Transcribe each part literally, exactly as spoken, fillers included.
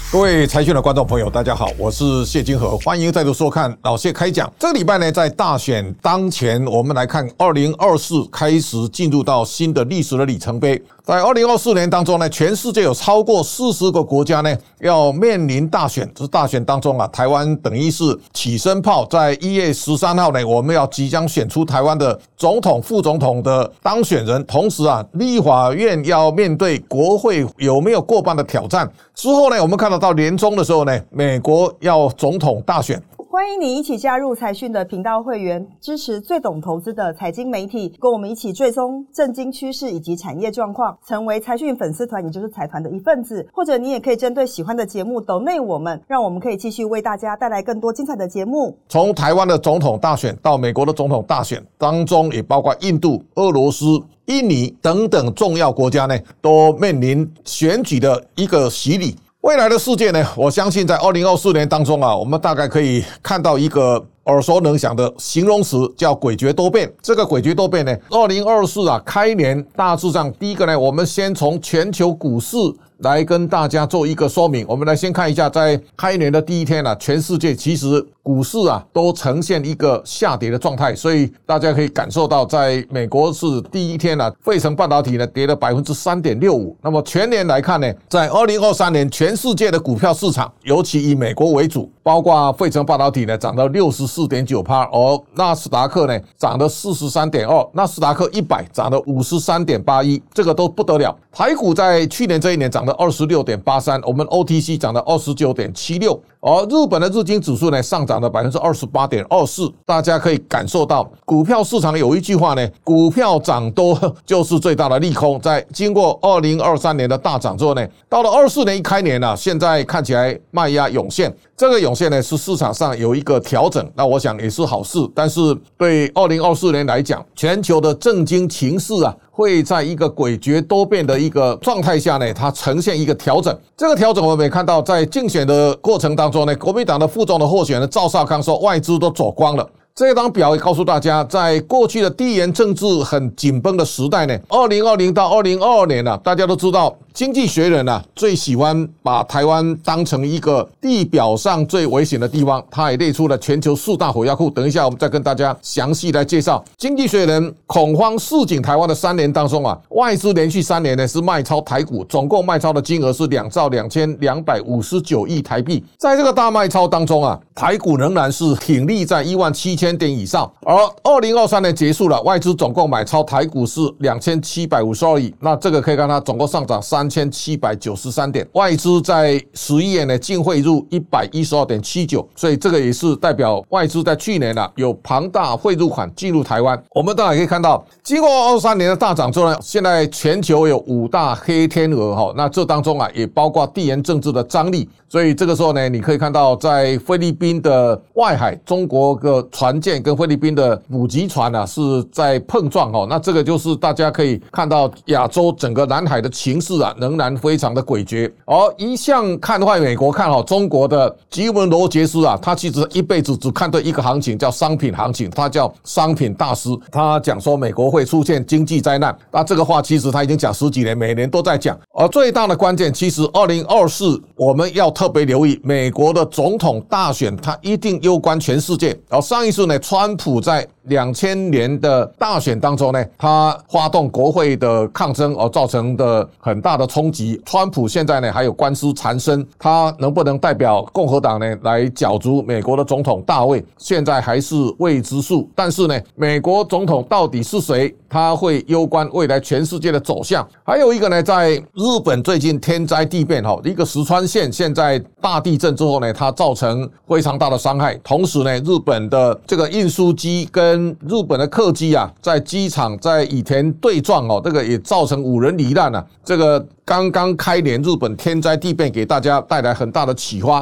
各位财讯的观众朋友，大家好，我是谢金河，欢迎再度收看老谢开讲。这个礼拜呢，在大选当前，我们来看二零二四开始进入到新的历史的里程碑。在二零二四年当中呢，全世界有超过四十个国家呢要面临大选。这大选当中啊，台湾等于是起身炮，在一月十三号呢，我们要即将选出台湾的总统、副总统的当选人。同时啊，立法院要面对国会有没有过半的挑战。之后呢，我们看到到年中的时候呢，美国要总统大选。 欢迎你一起加入财讯的频道会员，支持最懂投资的财经媒体，跟我们一起追踪政经趋势以及产业状况，成为财讯粉丝团，也就是财团的一份子。或者你也可以针对喜欢的节目抖内我们，让我们可以继续为大家带来更多精彩的节目。 从台湾的总统大选到美国的总统大选当中，也包括印度、俄罗斯、印尼等等重要国家呢，都面临选举的一个洗礼。未来的世界呢，我相信在二零二四年当中啊，我们大概可以看到一个耳熟能详的形容词，叫诡谲多变。这个诡谲多变呢，二零二四啊开年大致上，第一个呢，我们先从全球股市来跟大家做一个说明。我们来先看一下，在开年的第一天啊，全世界其实股市啊都呈现一个下跌的状态，所以大家可以感受到，在美国是第一天啊，费城半导体呢跌了 百分之三点六五。那么全年来看呢，在二零二三年全世界的股票市场，尤其以美国为主，包括费城半导体呢涨到 百分之六十四点九， 而纳斯达克呢涨了 四十三点二， 纳斯达克一百涨了 五十三点八一， 这个都不得了。台股在去年这一年涨了 二十六点八三， 我们 O T C 涨了 二十九点七六， 而日本的日经指数呢上涨了 百分之二十八点二四。 大家可以感受到股票市场有一句话呢，股票涨多就是最大的利空。在经过二零二三年的大涨之后呢，到了二四年一开年啊，现在看起来卖压涌现，这个涌现呢是市场上有一个调整，那我想也是好事。但是对二零二四年来讲，全球的政经情势啊会在一个诡谲多变的一个状态下呢，它呈现一个调整。这个调整我们也看到，在竞选的过程当中呢，国民党的副总的候选人赵少康说，外资都走光了。这张表也告诉大家，在过去的地缘政治很紧绷的时代呢，二零二零到二零二二年啊，大家都知道，经济学人啊最喜欢把台湾当成一个地表上最危险的地方，他也列出了全球四大火药库。等一下我们再跟大家详细来介绍。经济学人恐慌市井台湾的三年当中啊，外资连续三年呢是卖超台股，总共卖超的金额是两兆两千两百五十九亿台币。在这个大卖超当中啊，台股仍然是挺立在一万七千点以上，而二零二三年结束了，外资总共买超台股是两千七百五十二亿，那这个可以看它总共上涨三千七百九十三点，外资在十一月呢净汇入 一百一十二点七九， 所以这个也是代表外资在去年啊有庞大汇入款进入台湾。我们当然可以看到，经过二三年的大涨之后呢，现在全球有五大黑天鹅，那这当中啊也包括地缘政治的张力，所以这个时候呢，你可以看到在菲律宾的外海，中国的船舰跟菲律宾的补给船啊是在碰撞，那这个就是大家可以看到亚洲整个南海的情势啊仍然非常的诡谲。而一向看坏美国看好中国的吉文罗杰斯啊，他其实一辈子只看对一个行情，叫商品行情，他叫商品大师。他讲说美国会出现经济灾难，那这个话其实他已经讲十几年，每年都在讲。而最大的关键，其实二零二四我们要特别留意美国的总统大选，它一定攸关全世界。而上一次呢，川普在两千年的大选当中呢，他发动国会的抗争而造成的很大的冲击。川普现在呢还有官司缠身，他能不能代表共和党呢来角逐美国的总统大位，现在还是未知数。但是呢，美国总统到底是谁，它会攸关未来全世界的走向。还有一个呢，在日本最近天灾地变，一个石川县现在大地震之后呢，它造成非常大的伤害。同时呢，日本的这个运输机跟日本的客机啊，在机场在羽田对撞哦，这个也造成五人罹难啊。这个刚刚开年日本天灾地变，给大家带来很大的启发。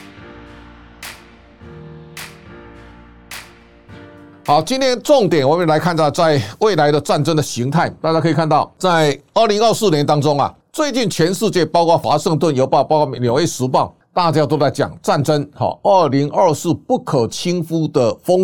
好，今天重点我们来看到在未来的战争的形态。大家可以看到，在二零二四年当中啊，最近全世界包括华盛顿邮报、包括纽约时报，大家都在讲战争，二零二四不可轻忽的风险。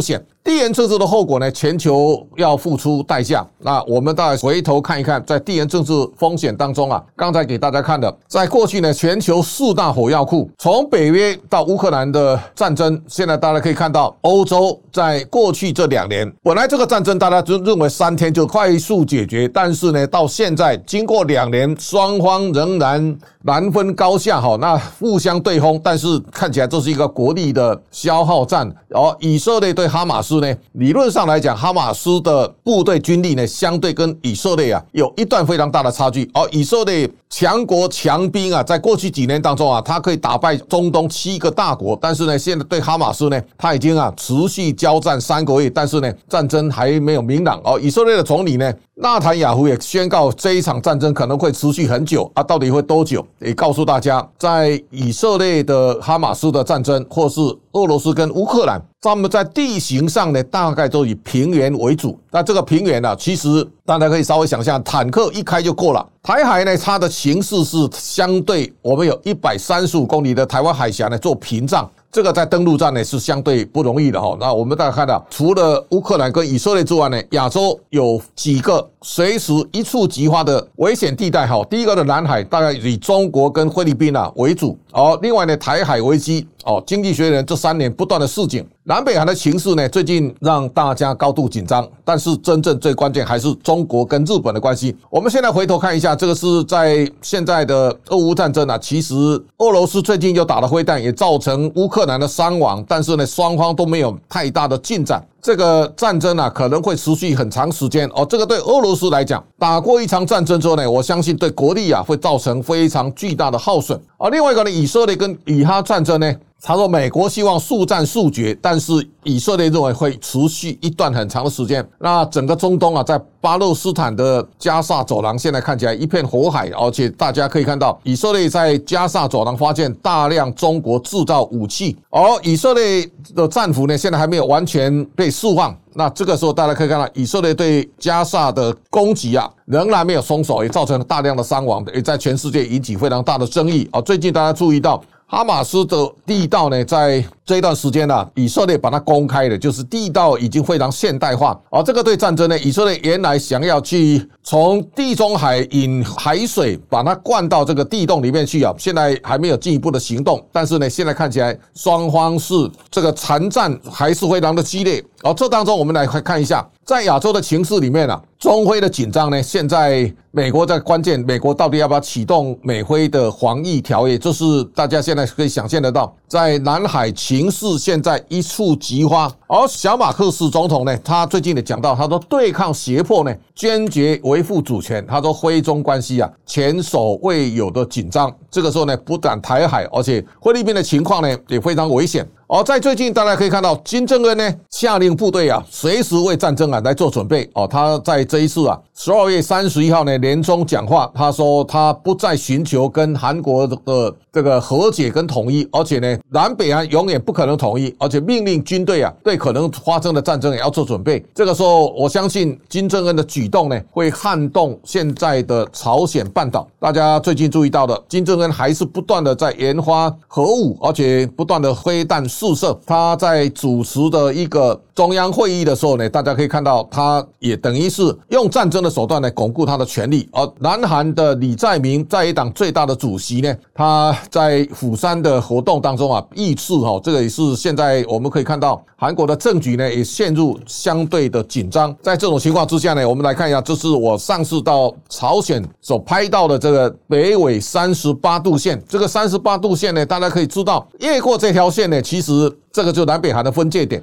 地缘政治的后果呢，全球要付出代价。那我们再回头看一看，在地缘政治风险当中啊，刚才给大家看的，在过去呢，全球四大火药库，从北约到乌克兰的战争，现在大家可以看到，欧洲在过去这两年，本来这个战争大家就认为三天就快速解决，但是呢，到现在经过两年，双方仍然难分高下，哈，那互相对轰，但是看起来这是一个国力的消耗战。而以色列对哈马斯呢，理论上来讲，哈马斯的部队军力呢，相对跟以色列啊有一段非常大的差距。而以色列强国强兵啊，在过去几年当中啊，它可以打败中东七个大国，但是呢，现在对哈马斯呢，它已经啊持续交战三个月，但是呢，战争还没有明朗。而以色列的总理呢，纳坦雅胡也宣告这一场战争可能会持续很久啊，到底会多久？也告诉大家，在以色列的哈马斯的战争，或是俄罗斯跟乌克兰，他们在地形上呢，大概都以平原为主。那这个平原啊，其实大家可以稍微想象，坦克一开就过了。台海呢，它的形势是相对我们有一百三十五公里的台湾海峡呢做屏障。这个在登陆战呢是相对不容易的哈。那我们大家看到，除了乌克兰跟以色列之外呢，亚洲有几个随时一触即发的危险地带哈。第一个的南海大概以中国跟菲律宾啊为主，哦，另外呢台海危机哦，经济学人这三年不断的示警，南北韩的情势呢最近让大家高度紧张，但是真正最关键还是中国跟日本的关系。我们现在回头看一下，这个是在现在的俄乌战争啊，其实俄罗斯最近又打了飞弹，也造成乌克兰的伤亡，但是呢双方都没有太大的进展。这个战争啊可能会持续很长时间哦。这个对俄罗斯来讲，打过一场战争之后呢，我相信对国力啊会造成非常巨大的耗损。而另外一个呢，以色列跟以哈战争呢，他说美国希望速战速决，但是以色列认为会持续一段很长的时间。那整个中东啊，在巴勒斯坦的加萨走廊现在看起来一片火海，而且大家可以看到，以色列在加萨走廊发现大量中国制造武器，而以色列的战俘呢，现在还没有完全被释放。那这个时候大家可以看到，以色列对加萨的攻击啊，仍然没有松手，也造成了大量的伤亡，也在全世界引起非常大的争议啊。最近大家注意到，哈马斯的地道呢，在这一段时间啊，以色列把它公开了，就是地道已经非常现代化。而这个对战争呢，以色列原来想要去从地中海引海水把它灌到这个地洞里面去啊，现在还没有进一步的行动。但是呢，现在看起来双方是这个缠战还是非常的激烈。而这当中我们来看一下，在亚洲的情势里面啊，中非的紧张呢，现在美国在关键，美国到底要不要启动美非的防疫条约？这是大家现在可以想象得到，在南海情势现在一触即发。而小马克思总统呢，他最近也讲到，他说对抗胁迫呢，坚决维护主权。他说非中关系啊，前所未有的紧张。这个时候呢，不但台海，而且菲律宾的情况呢也非常危险。而在最近，大家可以看到，金正恩呢下令部队啊，随时为战争啊来做准备。哦，他在这一次啊，十二月三十一号呢年中讲话，他说他不再寻求跟韩国的这个和解跟统一，而且呢，南北韩永远不可能统一，而且命令军队啊对可能发生的战争也要做准备。这个时候，我相信金正恩的举动呢，会撼动现在的朝鲜半岛。大家最近注意到的，金正恩还是不断的在研发核武，而且不断的飞弹试射。他在主持的一个中央会议的时候呢，大家可以看到，他也等于是用战争的手段来巩固他的权力。而南韩的李在明在野党最大的主席呢，他在釜山的活动当中啊，遇刺哈，这个也是现在我们可以看到韩国的政局呢也陷入相对的紧张。在这种情况之下呢，我们来看一下，这是我上次到朝鲜所拍到的这个北纬三十八度线。这个三十八度线呢，大家可以知道，越过这条线呢，其实这个就是南北韩的分界点。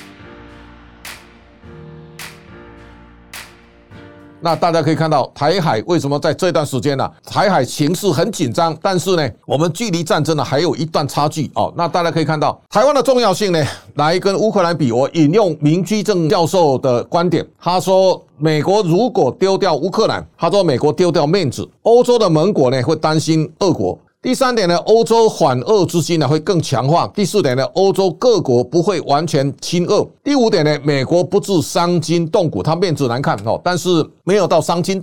那大家可以看到，台海为什么在这段时间呢、啊，台海情势很紧张，但是呢，我们距离战争呢还有一段差距哦。那大家可以看到，台湾的重要性呢，来跟乌克兰比。我引用明居正教授的观点，他说，美国如果丢掉乌克兰，他说美国丢掉面子，欧洲的盟国呢会担心俄国。第三点呢，欧洲反俄之心呢会更强化。第四点呢，欧洲各国不会完全亲俄。第五点呢，美国不致伤筋动骨，他面子难看哦，但是没有到伤筋动骨。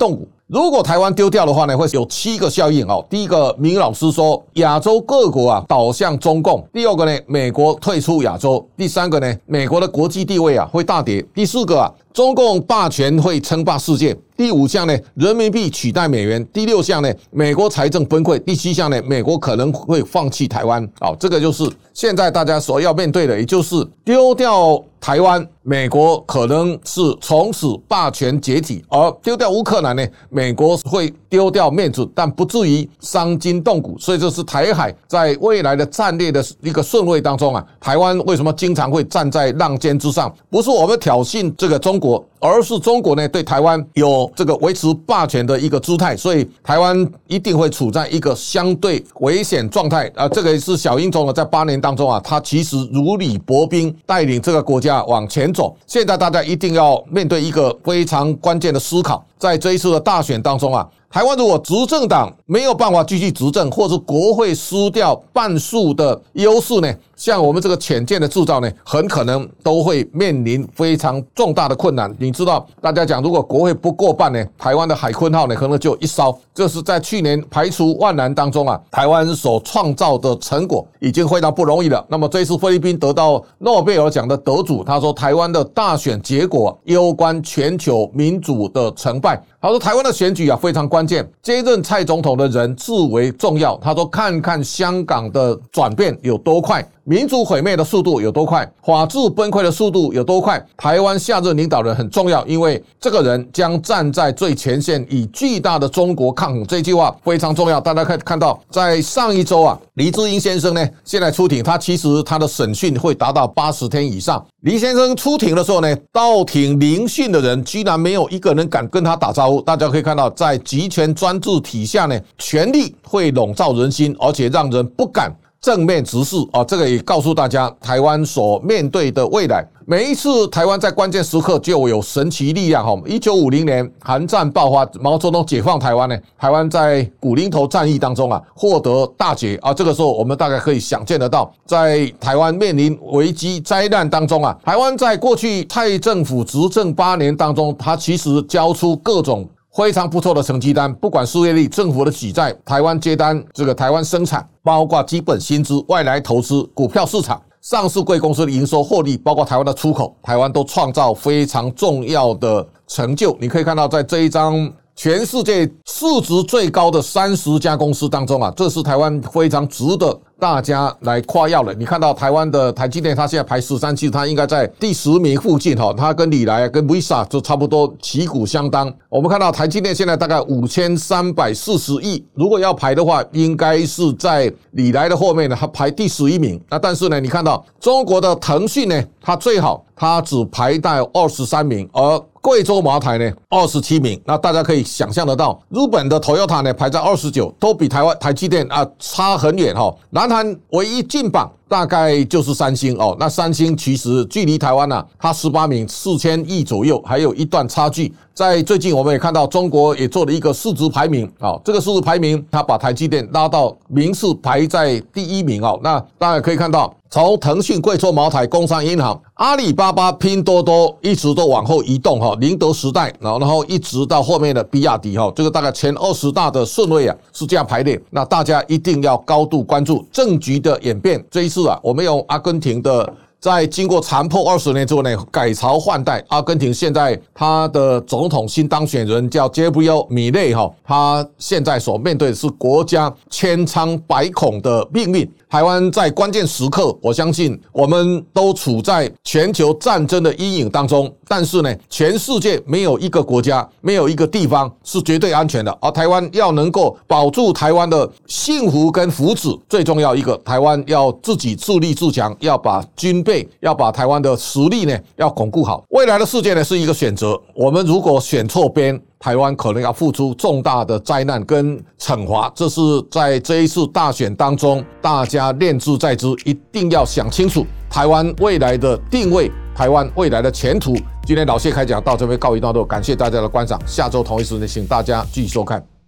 如果台湾丢掉的话呢，会有七个效应哦。第一个，明老师说亚洲各国啊倒向中共；第二个呢，美国退出亚洲；第三个呢，美国的国际地位啊会大跌；第四个啊，中共霸权会称霸世界；第五项呢，人民币取代美元；第六项呢，美国财政崩溃；第七项呢，美国可能会放弃台湾。好，这个就是现在大家所要面对的，也就是丢掉台湾，美国可能是从此霸权解体；而丢掉乌克兰呢，美国会丢掉面子，但不至于伤筋动骨。所以这是台海在未来的战略的一个顺位当中啊，台湾为什么经常会站在浪尖之上？不是我们挑衅这个中国，而是中国呢对台湾有这个维持霸权的一个姿态，所以台湾一定会处在一个相对危险状态啊。这个是小英总统在八年当中啊，他其实如履薄冰，带领这个国家往前走。现在大家一定要面对一个非常关键的思考，在这一次的大选当中啊，台湾如果执政党没有办法继续执政，或是国会失掉半数的优势呢，像我们这个潜舰的制造呢，很可能都会面临非常重大的困难。你知道，大家讲，如果国会不过半呢，台湾的海鲲号呢，可能就一烧。这是在去年排除万难当中啊，台湾所创造的成果已经非常不容易了。那么这次菲律宾得到诺贝尔奖的得主，他说台湾的大选结果攸关全球民主的成败。他说台湾的选举啊非常关键，接任蔡总统的人至为重要。他说看看香港的转变有多快，民主毁灭的速度有多快，法治崩溃的速度有多快。台湾下任领导人很重要，因为这个人将站在最前线，以巨大的中国抗衡。这句话非常重要。大家可以看到，在上一周啊，黎智英先生呢现在出庭，他其实他的审讯会达到八十天以上。黎先生出庭的时候呢，到庭聆讯的人居然没有一个人敢跟他打招呼。大家可以看到，在集权专制体下呢，权力会笼罩人心，而且让人不敢正面直视啊。这个也告诉大家，台湾所面对的未来。每一次台湾在关键时刻就有神奇力量哈。一九五零年韩战爆发，毛泽东解放台湾呢，台湾在古林头战役当中啊获得大捷啊。这个时候我们大概可以想见得到，在台湾面临危机灾难当中啊，台湾在过去蔡政府执政八年当中，它其实交出各种非常不错的成绩单，不管失业率、政府的举债、台湾接单、这个台湾生产，包括基本薪资、外来投资、股票市场、上市贵公司的营收获利，包括台湾的出口，台湾都创造非常重要的成就。你可以看到，在这一张全世界市值最高的三十家公司当中啊，这是台湾非常值得大家来夸耀的。你看到台湾的台积电，它现在排十三，其实它应该在第十名附近哈，它跟礼来跟 Visa 就差不多旗鼓相当。我们看到台积电现在大概五千三百四十亿，如果要排的话，应该是在礼来的后面呢，它排第十一名。那但是呢，你看到中国的腾讯呢，它最好它只排在二十三名，而贵州茅台呢二十七名。那大家可以想象得到，日本的 Toyota 呢排在二十九，都比台湾台积电啊差很远哈。南韩唯一进榜大概就是三星哦，那三星其实距离台湾啊，它十八名四千亿左右，还有一段差距。在最近我们也看到，中国也做了一个市值排名啊，这个市值排名它把台积电拉到名次排在第一名哦。那大家可以看到，从腾讯、贵州茅台、工商银行、阿里巴巴、拼多多一直都往后移动哈，宁德时代，然后一直到后面的比亚迪哈，这个大概前二十大的顺位啊是这样排列。那大家一定要高度关注政局的演变。这一次啊，我们用阿根廷的。在经过残破二十年之后呢，改朝换代，阿根廷现在他的总统新当选人叫杰布里米内哈，他现在所面对的是国家千疮百孔的命运。台湾在关键时刻，我相信我们都处在全球战争的阴影当中，但是呢，全世界没有一个国家，没有一个地方是绝对安全的，而台湾要能够保住台湾的幸福跟福祉，最重要一个，台湾要自己自立自强，要把军备，要把台湾的实力呢要巩固好。未来的世界呢是一个选择，我们如果选错边，台湾可能要付出重大的灾难跟惩罚，这是在这一次大选当中大家念兹在兹，一定要想清楚台湾未来的定位，台湾未来的前途。今天老谢开讲到这边告一段落，感谢大家的观赏，下周同一时间请大家继续收看。